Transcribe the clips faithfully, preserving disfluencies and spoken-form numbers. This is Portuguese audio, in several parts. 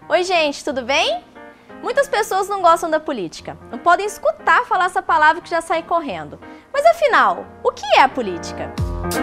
Oi gente, tudo bem? Muitas pessoas não gostam da política, não podem escutar falar essa palavra que já sai correndo. Mas afinal, o que é a política?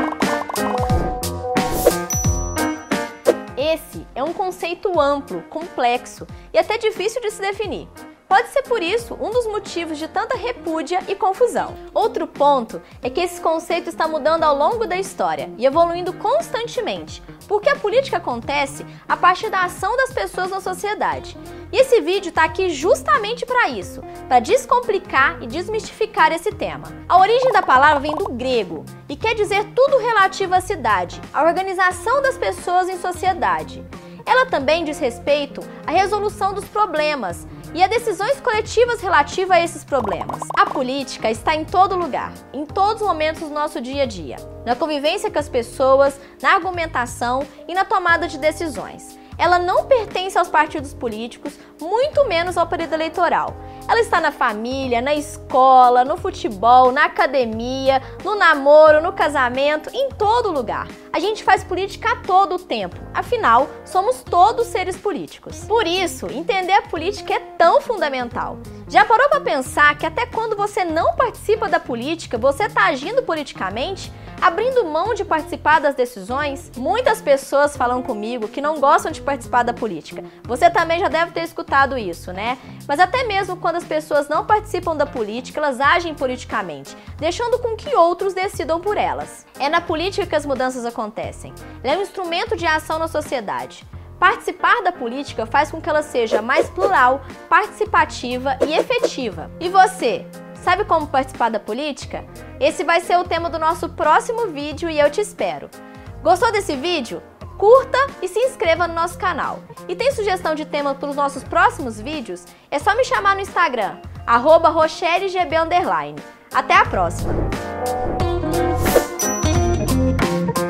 Esse é um conceito amplo, complexo e até difícil de se definir. Pode ser por isso um dos motivos de tanta repúdia e confusão. Outro ponto é que esse conceito está mudando ao longo da história e evoluindo constantemente, porque a política acontece a partir da ação das pessoas na sociedade. E esse vídeo está aqui justamente para isso, para descomplicar e desmistificar esse tema. A origem da palavra vem do grego e quer dizer tudo relativo à cidade, à organização das pessoas em sociedade. Ela também diz respeito à resolução dos problemas e a decisões coletivas relativas a esses problemas. A política está em todo lugar, em todos os momentos do nosso dia a dia, na convivência com as pessoas, na argumentação e na tomada de decisões. Ela não pertence aos partidos políticos, muito menos ao período eleitoral. Ela está na família, na escola, no futebol, na academia, no namoro, no casamento, em todo lugar. A gente faz política a todo o tempo, afinal, somos todos seres políticos. Por isso, entender a política é tão fundamental. Já parou para pensar que até quando você não participa da política, você está agindo politicamente? Abrindo mão de participar das decisões? Muitas pessoas falam comigo que não gostam de participar da política. Você também já deve ter escutado isso, né? Mas até mesmo quando as pessoas não participam da política, elas agem politicamente, deixando com que outros decidam por elas. É na política que as mudanças acontecem. Ela é um instrumento de ação na sociedade. Participar da política faz com que ela seja mais plural, participativa e efetiva. E você? Sabe como participar da política? Esse vai ser o tema do nosso próximo vídeo e eu te espero. Gostou desse vídeo? Curta e se inscreva no nosso canal. E tem sugestão de tema para os nossos próximos vídeos? É só me chamar no Instagram, arroba rochellegb underline. Até a próxima!